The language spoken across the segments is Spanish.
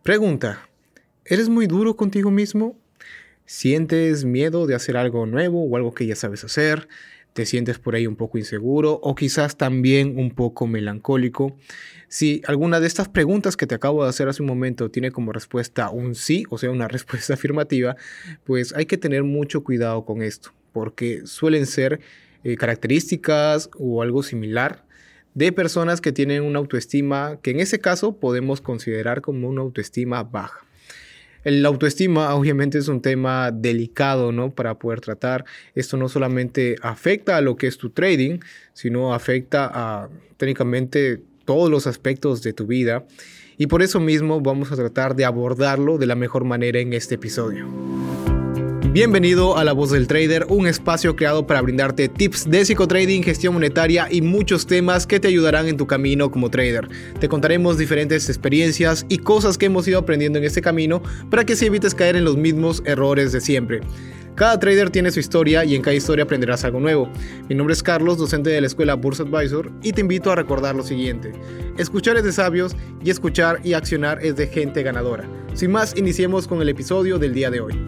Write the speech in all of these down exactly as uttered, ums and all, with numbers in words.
Pregunta, ¿eres muy duro contigo mismo? ¿Sientes miedo de hacer algo nuevo o algo que ya sabes hacer? ¿Te sientes por ahí un poco inseguro o quizás también un poco melancólico? Si alguna de estas preguntas que te acabo de hacer hace un momento tiene como respuesta un sí, o sea, una respuesta afirmativa, pues hay que tener mucho cuidado con esto, porque suelen ser eh, características o algo similar de personas que tienen una autoestima que en ese caso podemos considerar como una autoestima baja. La autoestima obviamente es un tema delicado, ¿no? Para poder tratar. Esto no solamente afecta a lo que es tu trading, sino afecta a técnicamente todos los aspectos de tu vida. Y por eso mismo vamos a tratar de abordarlo de la mejor manera en este episodio. Bienvenido a La Voz del Trader, un espacio creado para brindarte tips de psicotrading, gestión monetaria y muchos temas que te ayudarán en tu camino como trader. Te contaremos diferentes experiencias y cosas que hemos ido aprendiendo en este camino para que así evites caer en los mismos errores de siempre. Cada trader tiene su historia y en cada historia aprenderás algo nuevo. Mi nombre es Carlos, docente de la escuela Bursa Advisor, y te invito a recordar lo siguiente: escuchar es de sabios y escuchar y accionar es de gente ganadora. Sin más, iniciemos con el episodio del día de hoy.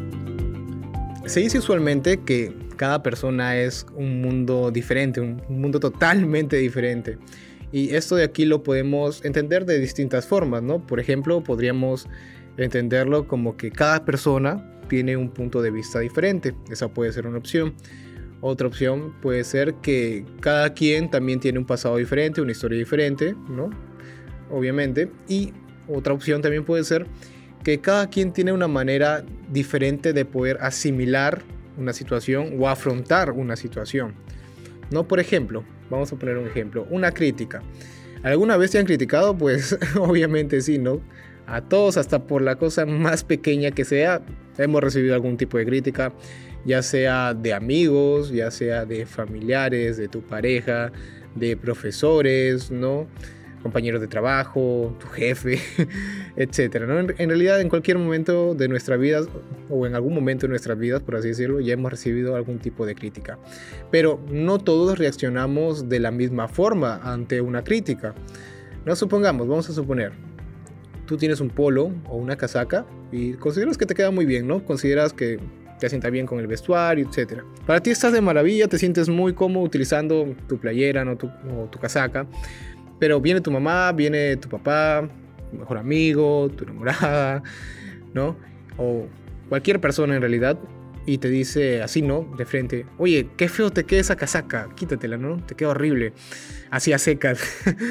Se dice usualmente que cada persona es un mundo diferente, un mundo totalmente diferente. Y esto de aquí lo podemos entender de distintas formas, ¿no? Por ejemplo, podríamos entenderlo como que cada persona tiene un punto de vista diferente. Esa puede ser una opción. Otra opción puede ser que cada quien también tiene un pasado diferente, una historia diferente, ¿no? Obviamente. Y otra opción también puede ser que cada quien tiene una manera diferente de poder asimilar una situación o afrontar una situación, ¿no? Por ejemplo, vamos a poner un ejemplo, una crítica. ¿Alguna vez te han criticado? Pues obviamente sí, ¿no? A todos, hasta por la cosa más pequeña que sea, hemos recibido algún tipo de crítica, ya sea de amigos, ya sea de familiares, de tu pareja, de profesores, ¿no? Compañeros de trabajo, tu jefe, etcétera, ¿no? En, en realidad, en cualquier momento de nuestra vida, o en algún momento de nuestras vidas, por así decirlo, ya hemos recibido algún tipo de crítica. Pero no todos reaccionamos de la misma forma ante una crítica. No supongamos, vamos a suponer, tú tienes un polo o una casaca y consideras que te queda muy bien, ¿no? Consideras que te sienta bien con el vestuario, etcétera. Para ti estás de maravilla, te sientes muy cómodo utilizando tu playera, ¿no? tu, o tu casaca. Pero viene tu mamá, viene tu papá, tu mejor amigo, tu enamorada, ¿no? O cualquier persona en realidad, y te dice así, ¿no? De frente: oye, qué feo te queda esa casaca, quítatela, ¿no? Te queda horrible, así a secas.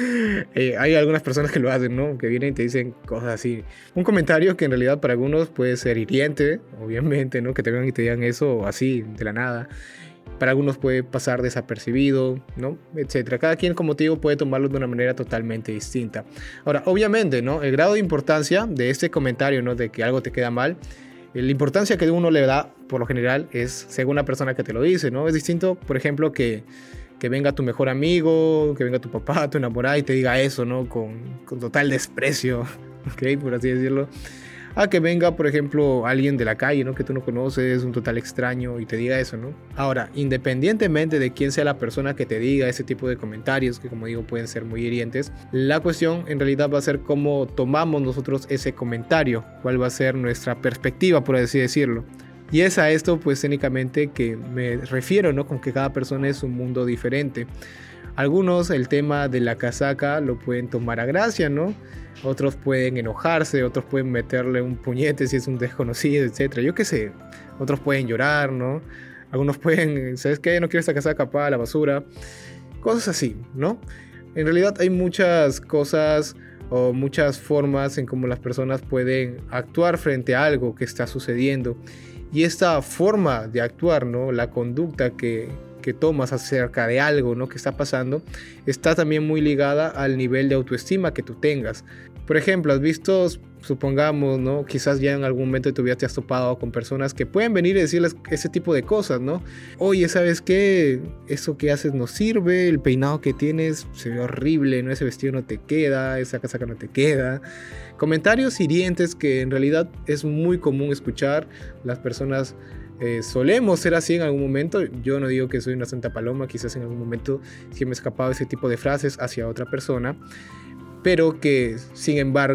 eh, hay algunas personas que lo hacen, ¿no? Que vienen y te dicen cosas así. Un comentario que en realidad para algunos puede ser hiriente, obviamente, ¿no? Que te vengan y te digan eso así, de la nada. Para algunos puede pasar desapercibido, ¿no? Etcétera. Cada quien, como te digo, puede tomarlo de una manera totalmente distinta. Ahora, obviamente, ¿no? El grado de importancia de este comentario, ¿no? De que algo te queda mal, la importancia que uno le da, por lo general, es según la persona que te lo dice, ¿no? Es distinto, por ejemplo, que, que venga tu mejor amigo, que venga tu papá, tu enamorada y te diga eso, ¿no? Con, con total desprecio, ¿ok? Por así decirlo. A que venga, por ejemplo, alguien de la calle, ¿no? Que tú no conoces, un total extraño, y te diga eso, ¿no? Ahora, independientemente de quién sea la persona que te diga ese tipo de comentarios, que como digo pueden ser muy hirientes, la cuestión en realidad va a ser cómo tomamos nosotros ese comentario, cuál va a ser nuestra perspectiva, por así decirlo. Y es a esto, pues, técnicamente que me refiero, ¿no? Con que cada persona es un mundo diferente. Algunos el tema de la casaca lo pueden tomar a gracia, ¿no? Otros pueden enojarse, otros pueden meterle un puñete si es un desconocido, etcétera. Yo qué sé. Otros pueden llorar, ¿no? Algunos pueden, ¿sabes qué? No quiero esta casaca, para la basura. Cosas así, ¿no? En realidad hay muchas cosas o muchas formas en cómo las personas pueden actuar frente a algo que está sucediendo. Y esta forma de actuar, ¿no? La conducta que... que tomas acerca de algo, ¿no? que está pasando, está también muy ligada al nivel de autoestima que tú tengas. Por ejemplo, has visto, supongamos, ¿no? Quizás ya en algún momento de tu vida te has topado con personas que pueden venir y decirles ese tipo de cosas, ¿no? Oye, ¿sabes qué? Eso que haces no sirve, el peinado que tienes se ve horrible, ¿no? Ese vestido no te queda, esa casaca no te queda. Comentarios hirientes que en realidad es muy común escuchar. Las personas Eh, solemos ser así en algún momento. Yo no digo que soy una santa paloma, quizás en algún momento sí me he escapado ese tipo de frases hacia otra persona, pero que sin embargo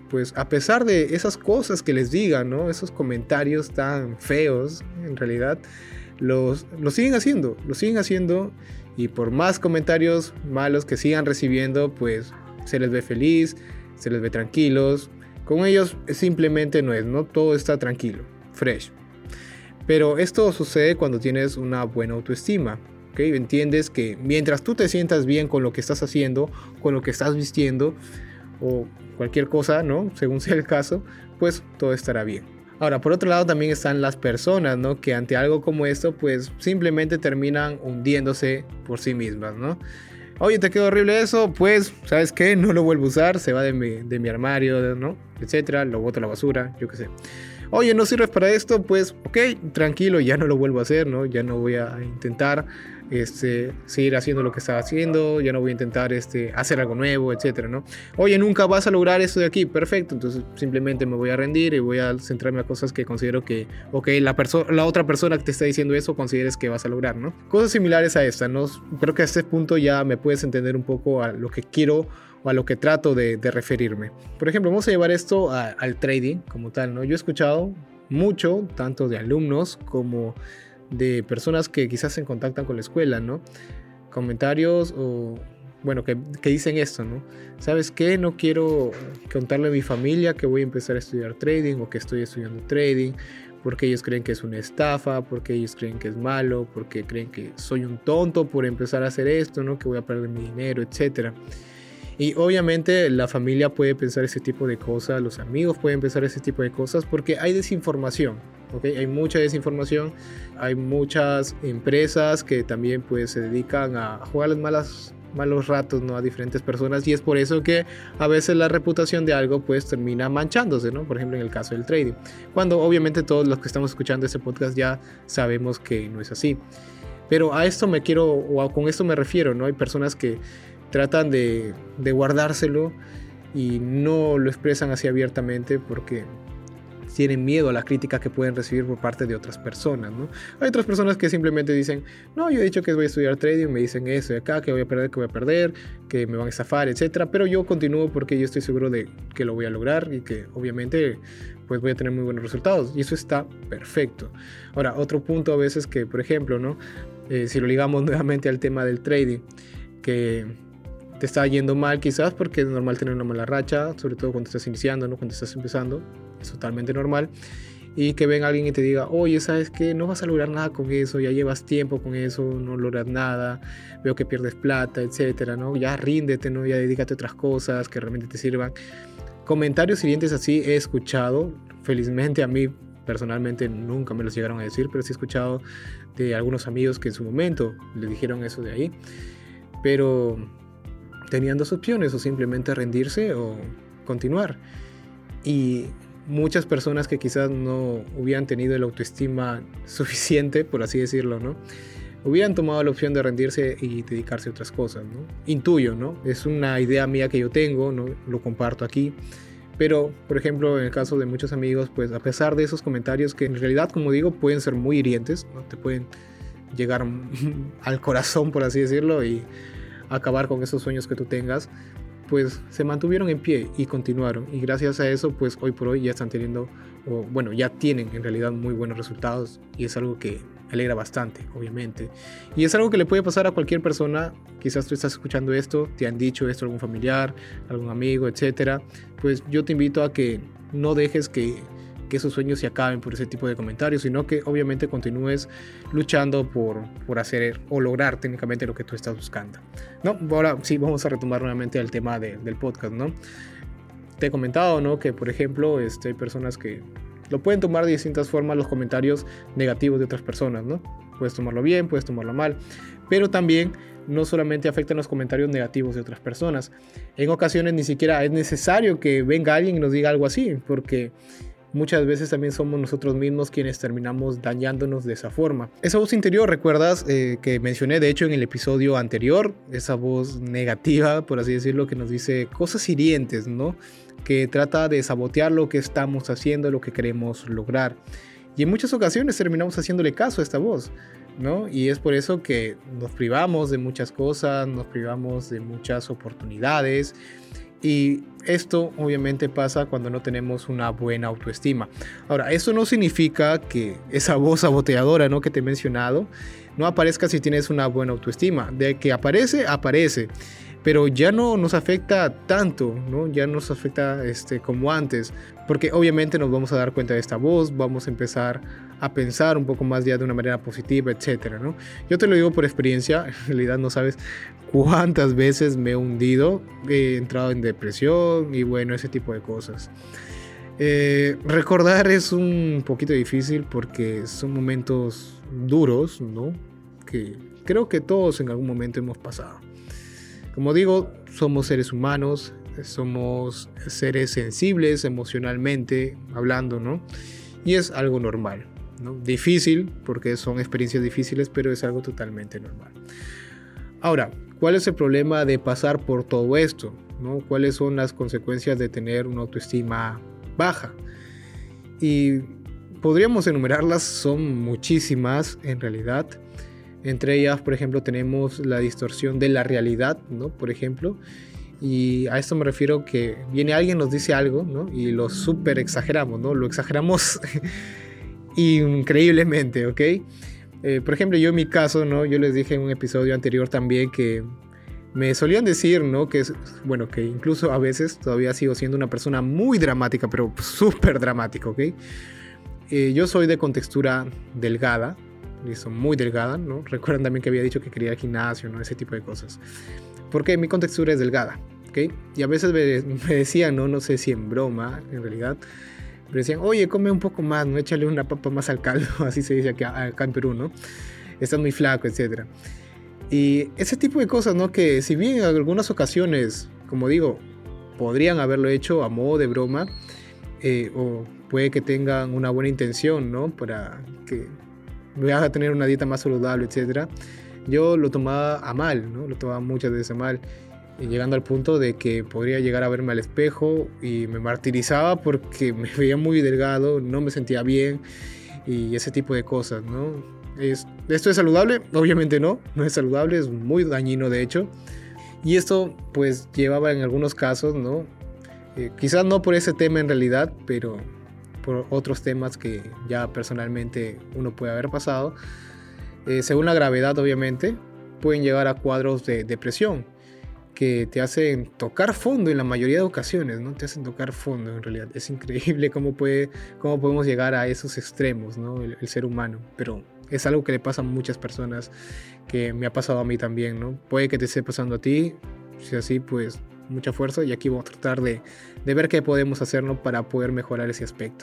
pues a pesar de esas cosas que les digan, ¿no? Esos comentarios tan feos, en realidad, los, los siguen haciendo, los siguen haciendo y por más comentarios malos que sigan recibiendo, pues se les ve feliz, se les ve tranquilos. Con ellos simplemente no es, ¿no? Todo está tranquilo, fresh. Pero esto sucede cuando tienes una buena autoestima, ¿ok? Entiendes que mientras tú te sientas bien con lo que estás haciendo, con lo que estás vistiendo o cualquier cosa, ¿no? Según sea el caso, pues todo estará bien. Ahora, por otro lado también están las personas, ¿no? Que ante algo como esto, pues simplemente terminan hundiéndose por sí mismas, ¿no? Oye, te quedó horrible eso, pues, ¿sabes qué? No lo vuelvo a usar, se va de mi, de mi armario, ¿no? Etcétera, lo boto a la basura, yo qué sé. Oye, no sirves para esto, pues, ok, tranquilo, ya no lo vuelvo a hacer, ¿no? Ya no voy a intentar este, seguir haciendo lo que estaba haciendo, ya no voy a intentar este, hacer algo nuevo, etcétera, ¿no? Oye, nunca vas a lograr esto de aquí, perfecto, entonces simplemente me voy a rendir y voy a centrarme a cosas que considero que, ok, la, perso- la otra persona que te está diciendo eso consideres que vas a lograr, ¿no? Cosas similares a esta, ¿no? Creo que a este punto ya me puedes entender un poco a lo que quiero o a lo que trato de, de referirme. Por ejemplo, vamos a llevar esto a, al trading como tal, ¿no? Yo he escuchado mucho, tanto de alumnos como de personas que quizás se contactan con la escuela, ¿no? Comentarios o, bueno, que, que dicen esto, ¿no? ¿Sabes qué? No quiero contarle a mi familia que voy a empezar a estudiar trading o que estoy estudiando trading porque ellos creen que es una estafa, porque ellos creen que es malo, porque creen que soy un tonto por empezar a hacer esto, ¿no? Que voy a perder mi dinero, etcétera. Y obviamente la familia puede pensar ese tipo de cosas, los amigos pueden pensar ese tipo de cosas porque hay desinformación, ¿ok? Hay mucha desinformación, hay muchas empresas que también pues se dedican a jugar las malas, malos ratos, ¿no? A diferentes personas y es por eso que a veces la reputación de algo pues termina manchándose, ¿no? Por ejemplo en el caso del trading, cuando obviamente todos los que estamos escuchando este podcast ya sabemos que no es así. Pero a esto me quiero, o con esto me refiero, ¿no? Hay personas que tratan de, de guardárselo y no lo expresan así abiertamente porque tienen miedo a la crítica que pueden recibir por parte de otras personas, ¿no? Hay otras personas que simplemente dicen, no, yo he dicho que voy a estudiar trading, me dicen eso de acá, que voy a perder, que voy a perder, que me van a estafar, etcétera, pero yo continúo porque yo estoy seguro de que lo voy a lograr y que obviamente pues voy a tener muy buenos resultados y eso está perfecto. Ahora, otro punto a veces que, por ejemplo, ¿no? Eh, si lo ligamos nuevamente al tema del trading, que te está yendo mal quizás porque es normal tener una mala racha, sobre todo cuando estás iniciando, ¿no? Cuando estás empezando, es totalmente normal. Y que venga alguien y te diga, oye, ¿sabes qué? No vas a lograr nada con eso, ya llevas tiempo con eso, no logras nada, veo que pierdes plata, etcétera, ¿no? Ya ríndete, ¿no? Ya dedícate a otras cosas que realmente te sirvan. Comentarios hirientes así he escuchado, felizmente a mí personalmente nunca me los llegaron a decir, pero sí he escuchado de algunos amigos que en su momento le dijeron eso de ahí. Pero tenían dos opciones, o simplemente rendirse o continuar. Y muchas personas que quizás no hubieran tenido la autoestima suficiente, por así decirlo, ¿no? Hubieran tomado la opción de rendirse y dedicarse a otras cosas, ¿no? Intuyo, ¿no? Es una idea mía que yo tengo, ¿no? Lo comparto aquí. Pero, por ejemplo, en el caso de muchos amigos, pues a pesar de esos comentarios que en realidad, como digo, pueden ser muy hirientes, ¿no? Te pueden llegar al corazón, por así decirlo, y acabar con esos sueños que tú tengas, pues se mantuvieron en pie y continuaron y gracias a eso pues hoy por hoy ya están teniendo, o bueno, ya tienen en realidad muy buenos resultados y es algo que alegra bastante, obviamente, y es algo que le puede pasar a cualquier persona. Quizás tú estás escuchando esto, te han dicho esto algún familiar, algún amigo, etcétera, pues yo te invito a que no dejes que que esos sueños se acaben por ese tipo de comentarios, sino que obviamente continúes luchando por, por hacer o lograr técnicamente lo que tú estás buscando, ¿no? Ahora sí, vamos a retomar nuevamente el tema de, del podcast, ¿no? Te he comentado, ¿no? Que por ejemplo este, hay personas que lo pueden tomar de distintas formas los comentarios negativos de otras personas, ¿no? Puedes tomarlo bien, puedes tomarlo mal, pero también no solamente afectan los comentarios negativos de otras personas. En ocasiones ni siquiera es necesario que venga alguien y nos diga algo así, porque muchas veces también somos nosotros mismos quienes terminamos dañándonos de esa forma. Esa voz interior, ¿recuerdas eh, que mencioné de hecho en el episodio anterior? Esa voz negativa, por así decirlo, que nos dice cosas hirientes, ¿no? Que trata de sabotear lo que estamos haciendo, lo que queremos lograr. Y en muchas ocasiones terminamos haciéndole caso a esta voz, ¿no? Y es por eso que nos privamos de muchas cosas, nos privamos de muchas oportunidades Y esto obviamente pasa cuando no tenemos una buena autoestima. Ahora, eso no significa que esa voz saboteadora, ¿no?, que te he mencionado no aparezca si tienes una buena autoestima. De que aparece, aparece. Pero ya no nos afecta tanto, ¿no? Ya nos afecta este, como antes. Porque obviamente nos vamos a dar cuenta de esta voz, vamos a empezar a pensar un poco más ya de una manera positiva, etcétera, ¿no? Yo te lo digo por experiencia, en realidad no sabes cuántas veces me he hundido, he entrado en depresión y bueno, ese tipo de cosas. Eh, recordar es un poquito difícil porque son momentos duros, ¿no?, que creo que todos en algún momento hemos pasado. Como digo, somos seres humanos, somos seres sensibles emocionalmente hablando, ¿no? Y es algo normal, ¿no? Difícil, porque son experiencias difíciles, pero es algo totalmente normal. Ahora, ¿cuál es el problema de pasar por todo esto, ¿no? ¿Cuáles son las consecuencias de tener una autoestima baja? Y podríamos enumerarlas, son muchísimas en realidad. Entre ellas, por ejemplo, tenemos la distorsión de la realidad, ¿no? Por ejemplo, y a esto me refiero que viene alguien, nos dice algo, ¿no?, y lo súper exageramos, ¿no? Lo exageramos increíblemente, ¿ok? Eh, por ejemplo, yo en mi caso, ¿no?, yo les dije en un episodio anterior también que me solían decir, ¿no?, que es, bueno, que incluso a veces todavía sigo siendo una persona muy dramática, pero súper dramática, ¿ok? Eh, yo soy de contextura delgada, listo, muy delgada, ¿no? Recuerdan también que había dicho que quería ir al gimnasio, ¿no? Ese tipo de cosas. Porque mi contextura es delgada, ¿ok? Y a veces me, me decían, ¿no? No sé si en broma, en realidad, me decían, oye, come un poco más, ¿no? Échale una papa más al caldo, así se dice acá, acá en Perú, ¿no? Estás muy flaco, etcétera. Y ese tipo de cosas, ¿no? Que si bien en algunas ocasiones, como digo, podrían haberlo hecho a modo de broma, eh, o puede que tengan una buena intención, ¿no? Para que me haga tener una dieta más saludable, etcétera. Yo lo tomaba a mal, ¿no? Lo tomaba muchas veces a mal, y llegando al punto de que podría llegar a verme al espejo y me martirizaba porque me veía muy delgado, no me sentía bien y ese tipo de cosas, ¿no? Es, ¿Esto es saludable? Obviamente no, no es saludable, es muy dañino de hecho. Y esto pues llevaba en algunos casos, ¿no? Eh, quizás no por ese tema en realidad, pero por otros temas que ya personalmente uno puede haber pasado, eh, según la gravedad obviamente, pueden llegar a cuadros de depresión que te hacen tocar fondo en la mayoría de ocasiones, ¿no? Te hacen tocar fondo en realidad. Es increíble cómo, puede, cómo podemos llegar a esos extremos, ¿no? El, el ser humano, pero es algo que le pasa a muchas personas, que me ha pasado a mí también, ¿no? Puede que te esté pasando a ti, si así pues mucha fuerza, y aquí vamos a tratar de, de ver qué podemos hacer, ¿no?, para poder mejorar ese aspecto.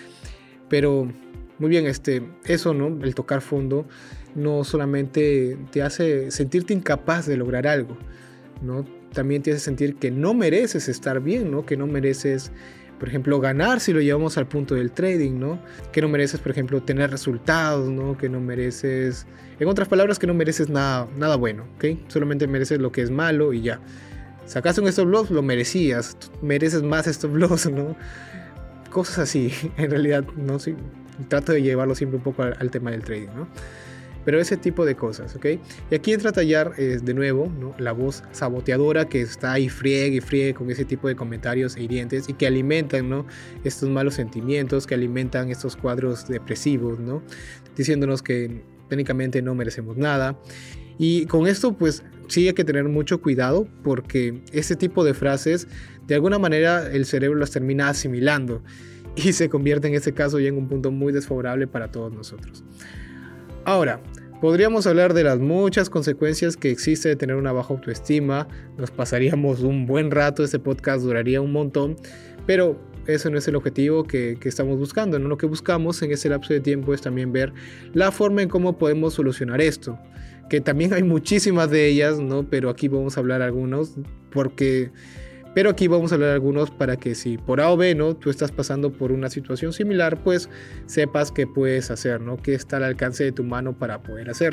Pero muy bien, este, eso, ¿no?, el tocar fondo no solamente te hace sentirte incapaz de lograr algo, ¿no? También te hace sentir que no mereces estar bien, ¿no? Que no mereces, por ejemplo, ganar si lo llevamos al punto del trading, ¿no? Que no mereces, por ejemplo, tener resultados, ¿no? Que no mereces, en otras palabras, que no mereces nada, nada bueno, ¿ok? Solamente mereces lo que es malo y ya. Sacaste un stop loss, lo merecías, mereces más stop loss, ¿no? Cosas así, en realidad, ¿no? Sí, trato de llevarlo siempre un poco al, al tema del trading, ¿no? Pero ese tipo de cosas, ¿ok? Y aquí entra a tallar eh, de nuevo, ¿no?, la voz saboteadora que está ahí friegue y friegue con ese tipo de comentarios e hirientes y que alimentan, ¿no?, estos malos sentimientos, que alimentan estos cuadros depresivos, ¿no?, diciéndonos que técnicamente no merecemos nada. Y con esto pues sí hay que tener mucho cuidado, porque este tipo de frases de alguna manera el cerebro las termina asimilando y se convierte en este caso ya en un punto muy desfavorable para todos nosotros. Ahora, podríamos hablar de las muchas consecuencias que existe de tener una baja autoestima. Nos pasaríamos un buen rato, este podcast duraría un montón, pero eso no es el objetivo que, que estamos buscando, ¿no? Lo que buscamos en ese lapso de tiempo es también ver la forma en cómo podemos solucionar esto, que también hay muchísimas de ellas, ¿no? Pero aquí vamos a hablar algunos, porque... Pero aquí vamos a hablar algunos para que si por A o B, ¿no?, tú estás pasando por una situación similar, pues sepas qué puedes hacer, ¿no?, qué está al alcance de tu mano para poder hacer.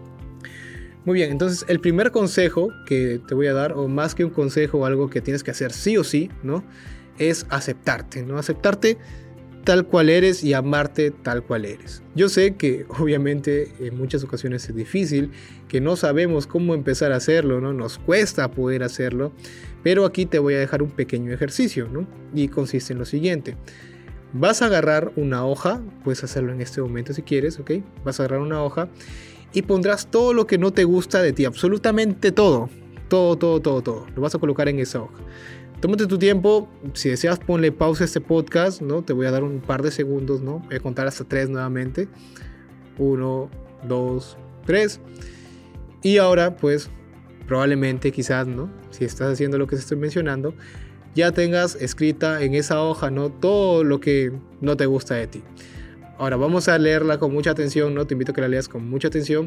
Muy bien, entonces el primer consejo que te voy a dar, o más que un consejo o algo que tienes que hacer sí o sí, ¿no?, es aceptarte, ¿no? Aceptarte tal cual eres y amarte tal cual eres. Yo sé que obviamente en muchas ocasiones es difícil, que no sabemos cómo empezar a hacerlo, ¿no? Nos cuesta poder hacerlo, pero aquí te voy a dejar un pequeño ejercicio, ¿no? Y consiste en lo siguiente. Vas a agarrar una hoja, puedes hacerlo en este momento si quieres, ¿ok? Vas a agarrar una hoja y pondrás todo lo que no te gusta de ti, absolutamente todo, todo, todo, todo, todo. Lo vas a colocar en esa hoja. Tómate tu tiempo, si deseas ponle pausa a este podcast, ¿no? Te voy a dar un par de segundos, ¿no? Voy a contar hasta tres nuevamente. Uno, dos, tres. Y ahora, pues, probablemente, quizás, ¿no? Si estás haciendo lo que te estoy mencionando, ya tengas escrita en esa hoja, ¿no? Todo lo que no te gusta de ti. Ahora, vamos a leerla con mucha atención, ¿no? Te invito a que la leas con mucha atención.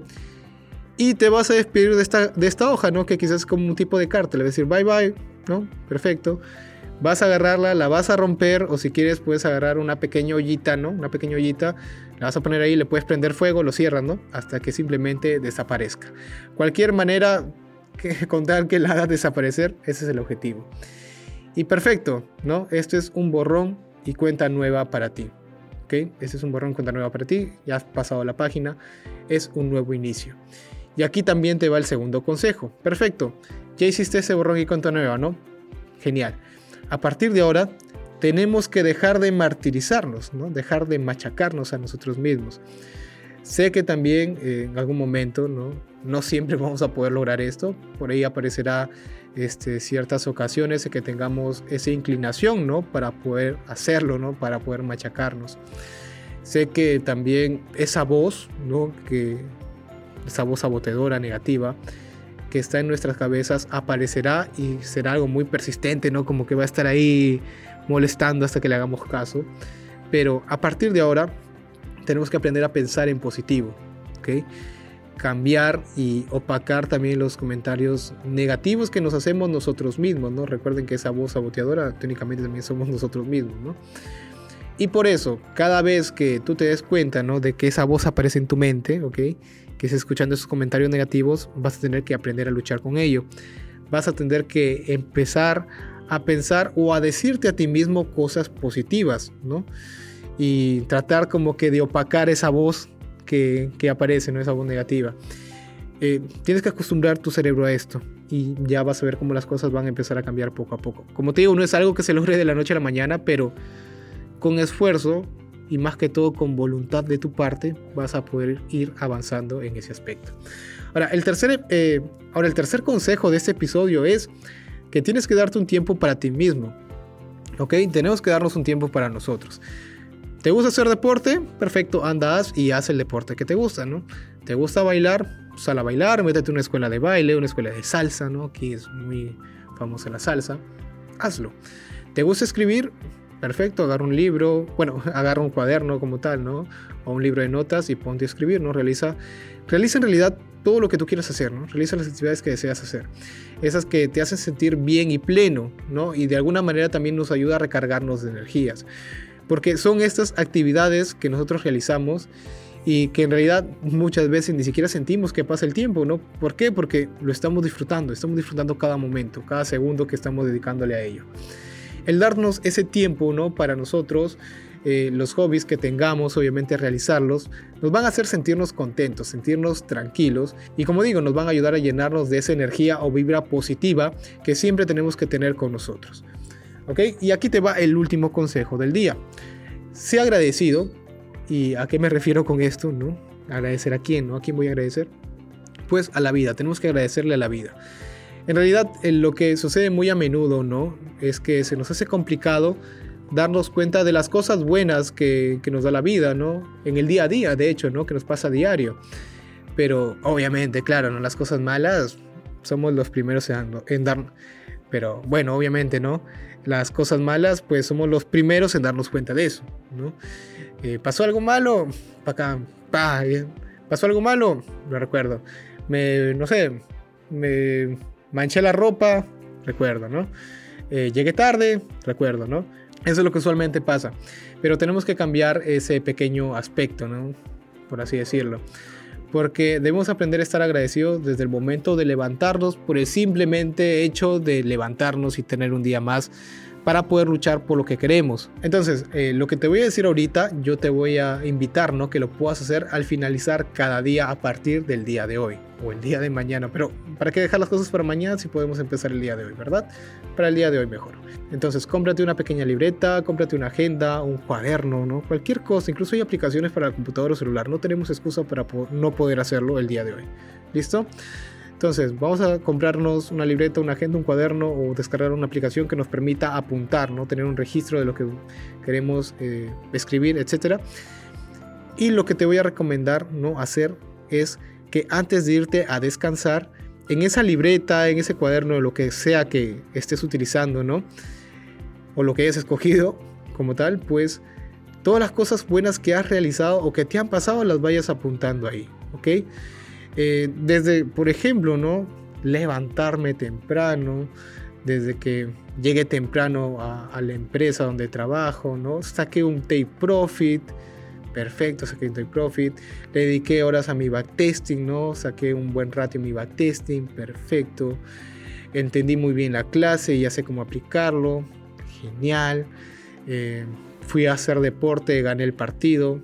Y te vas a despedir de esta, de esta hoja, ¿no? Que quizás es como un tipo de carta. Le vas a decir bye bye, ¿no? Perfecto. Vas a agarrarla, la vas a romper, o si quieres puedes agarrar una pequeña ollita, ¿no? Una pequeña ollita, la vas a poner ahí, le puedes prender fuego, lo cierras, ¿no? Hasta que simplemente desaparezca. Cualquier manera que contar que la hagas desaparecer, ese es el objetivo. Y perfecto, ¿no? Esto es un borrón y cuenta nueva para ti. ¿Ok? Este es un borrón y cuenta nueva para ti. Ya has pasado la página. Es un nuevo inicio. Y aquí también te va el segundo consejo. Perfecto. Ya hiciste ese borrón y cuenta nueva, ¿no? Genial. A partir de ahora, tenemos que dejar de martirizarnos, ¿no? Dejar de machacarnos a nosotros mismos. Sé que también eh, en algún momento, ¿no? No siempre vamos a poder lograr esto. Por ahí aparecerá este, ciertas ocasiones en que tengamos esa inclinación, ¿no? Para poder hacerlo, ¿no? Para poder machacarnos. Sé que también esa voz, ¿no? Que esa voz saboteadora, negativa, que está en nuestras cabezas, aparecerá y será algo muy persistente, ¿no? Como que va a estar ahí molestando hasta que le hagamos caso. Pero a partir de ahora, tenemos que aprender a pensar en positivo, ¿ok? Cambiar y opacar también los comentarios negativos que nos hacemos nosotros mismos, ¿no? Recuerden que esa voz saboteadora técnicamente también somos nosotros mismos, ¿no? Y por eso, cada vez que tú te des cuenta, ¿no? De que esa voz aparece en tu mente, ¿ok? Que estés escuchando esos comentarios negativos, vas a tener que aprender a luchar con ello. Vas a tener que empezar a pensar o a decirte a ti mismo cosas positivas, ¿no? Y tratar como que de opacar esa voz que, que aparece, ¿no? Esa voz negativa. Eh, tienes que acostumbrar tu cerebro a esto y ya vas a ver cómo las cosas van a empezar a cambiar poco a poco. Como te digo, no es algo que se logre de la noche a la mañana, pero con esfuerzo y más que todo con voluntad de tu parte vas a poder ir avanzando en ese aspecto. Ahora, el tercer, eh, ahora, el tercer consejo de este episodio es que tienes que darte un tiempo para ti mismo. ¿Ok? Tenemos que darnos un tiempo para nosotros. ¿Te gusta hacer deporte? Perfecto, anda haz y haz el deporte que te gusta, ¿no? ¿Te gusta bailar? Sal a bailar, métete a una escuela de baile, una escuela de salsa, ¿no? Aquí es muy famosa la salsa. Hazlo. ¿Te gusta escribir? Perfecto, agarra un libro, bueno, agarra un cuaderno como tal, ¿no? O un libro de notas y ponte a escribir, ¿no? Realiza, realiza en realidad todo lo que tú quieras hacer, ¿no? Realiza las actividades que deseas hacer. Esas que te hacen sentir bien y pleno, ¿no? Y de alguna manera también nos ayuda a recargarnos de energías. Porque son estas actividades que nosotros realizamos y que en realidad muchas veces ni siquiera sentimos que pasa el tiempo, ¿no? ¿Por qué? Porque lo estamos disfrutando, estamos disfrutando cada momento, cada segundo que estamos dedicándole a ello. El darnos ese tiempo, ¿no? Para nosotros, eh, los hobbies que tengamos, obviamente realizarlos, nos van a hacer sentirnos contentos, sentirnos tranquilos y como digo, nos van a ayudar a llenarnos de esa energía o vibra positiva que siempre tenemos que tener con nosotros. ¿Ok? Y aquí te va el último consejo del día. Sé agradecido. ¿Y a qué me refiero con esto? ¿No? ¿Agradecer a quién? ¿No? ¿A quién voy a agradecer? Pues a la vida. Tenemos que agradecerle a la vida. En realidad, lo que sucede muy a menudo, ¿no? Es que se nos hace complicado darnos cuenta de las cosas buenas que, que nos da la vida, ¿no? En el día a día, de hecho, ¿no? Que nos pasa a diario. Pero obviamente, claro, ¿no? Las cosas malas somos los primeros en, en dar... Pero bueno, obviamente, ¿no? Las cosas malas, pues somos los primeros en darnos cuenta de eso, ¿no? Eh, ¿Pasó algo malo? Pa' acá, pa, eh. ¿Pasó algo malo? Lo recuerdo. Me, no sé, me manché la ropa, recuerdo, ¿no? Eh, llegué tarde, recuerdo, ¿no? Eso es lo que usualmente pasa. Pero tenemos que cambiar ese pequeño aspecto, ¿no? Por así decirlo. Porque debemos aprender a estar agradecidos desde el momento de levantarnos por el simplemente hecho de levantarnos y tener un día más para poder luchar por lo que queremos. Entonces, eh, lo que te voy a decir ahorita, yo te voy a invitar, ¿no? Que lo puedas hacer al finalizar cada día a partir del día de hoy o el día de mañana. Pero ¿para qué dejar las cosas para mañana si podemos empezar el día de hoy, verdad? Para el día de hoy mejor. Entonces, cómprate una pequeña libreta, cómprate una agenda, un cuaderno, ¿no? Cualquier cosa. Incluso hay aplicaciones para el computador o celular. No tenemos excusa para po- no poder hacerlo el día de hoy. ¿Listo? Entonces, vamos a comprarnos una libreta, una agenda, un cuaderno o descargar una aplicación que nos permita apuntar, ¿no? Tener un registro de lo que queremos eh, escribir, etcétera. Y lo que te voy a recomendar, ¿no? hacer es que antes de irte a descansar, en esa libreta, en ese cuaderno, lo que sea que estés utilizando, ¿no? O lo que hayas escogido como tal, pues todas las cosas buenas que has realizado o que te han pasado las vayas apuntando ahí, ¿ok? Eh, desde, por ejemplo, ¿no? levantarme temprano, desde que llegué temprano a, a la empresa donde trabajo, ¿no? saqué un take profit, perfecto, saqué un take profit, le dediqué horas a mi backtesting, ¿no? saqué un buen ratio en mi backtesting, perfecto, entendí muy bien la clase y ya sé cómo aplicarlo, genial, eh, fui a hacer deporte, gané el partido.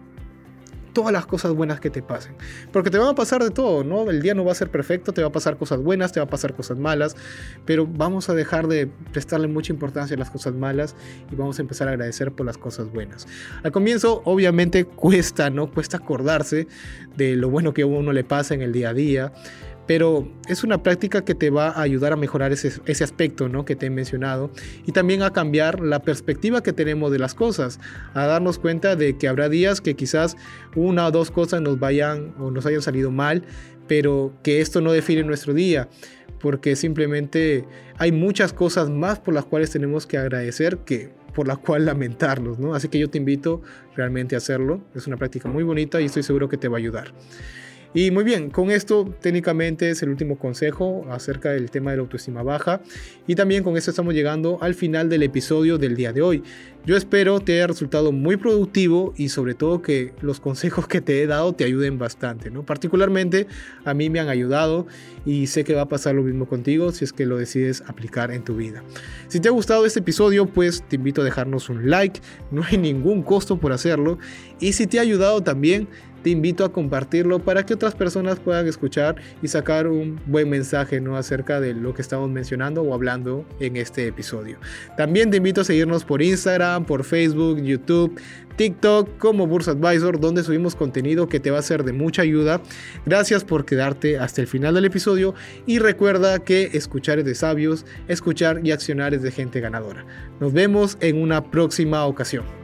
Todas las cosas buenas que te pasen, porque te van a pasar de todo, ¿no? El día no va a ser perfecto, te va a pasar cosas buenas, te va a pasar cosas malas, pero vamos a dejar de prestarle mucha importancia a las cosas malas y vamos a empezar a agradecer por las cosas buenas. Al comienzo, obviamente, cuesta, ¿no? Cuesta acordarse de lo bueno que a uno le pasa en el día a día, pero es una práctica que te va a ayudar a mejorar ese, ese aspecto, ¿no? que te he mencionado, y también a cambiar la perspectiva que tenemos de las cosas, a darnos cuenta de que habrá días que quizás una o dos cosas nos vayan o nos hayan salido mal, pero que esto no define nuestro día, porque simplemente hay muchas cosas más por las cuales tenemos que agradecer que por la cual lamentarnos, ¿no? Así que yo te invito realmente a hacerlo. Es una práctica muy bonita y estoy seguro que te va a ayudar. Y muy bien, con esto técnicamente es el último consejo acerca del tema de la autoestima baja, y también con esto estamos llegando al final del episodio del día de hoy. Yo espero te haya resultado muy productivo y sobre todo que los consejos que te he dado te ayuden bastante, ¿no? Particularmente a mí me han ayudado y sé que va a pasar lo mismo contigo si es que lo decides aplicar en tu vida. Si te ha gustado este episodio, pues te invito a dejarnos un like, no hay ningún costo por hacerlo, y si te ha ayudado también, te invito a compartirlo para que otras personas puedan escuchar y sacar un buen mensaje, ¿no? acerca de lo que estamos mencionando o hablando en este episodio. También te invito a seguirnos por Instagram, por Facebook, YouTube, TikTok como Bursa Advisor, donde subimos contenido que te va a ser de mucha ayuda. Gracias por quedarte hasta el final del episodio y recuerda que escuchar es de sabios, escuchar y accionar es de gente ganadora. Nos vemos en una próxima ocasión.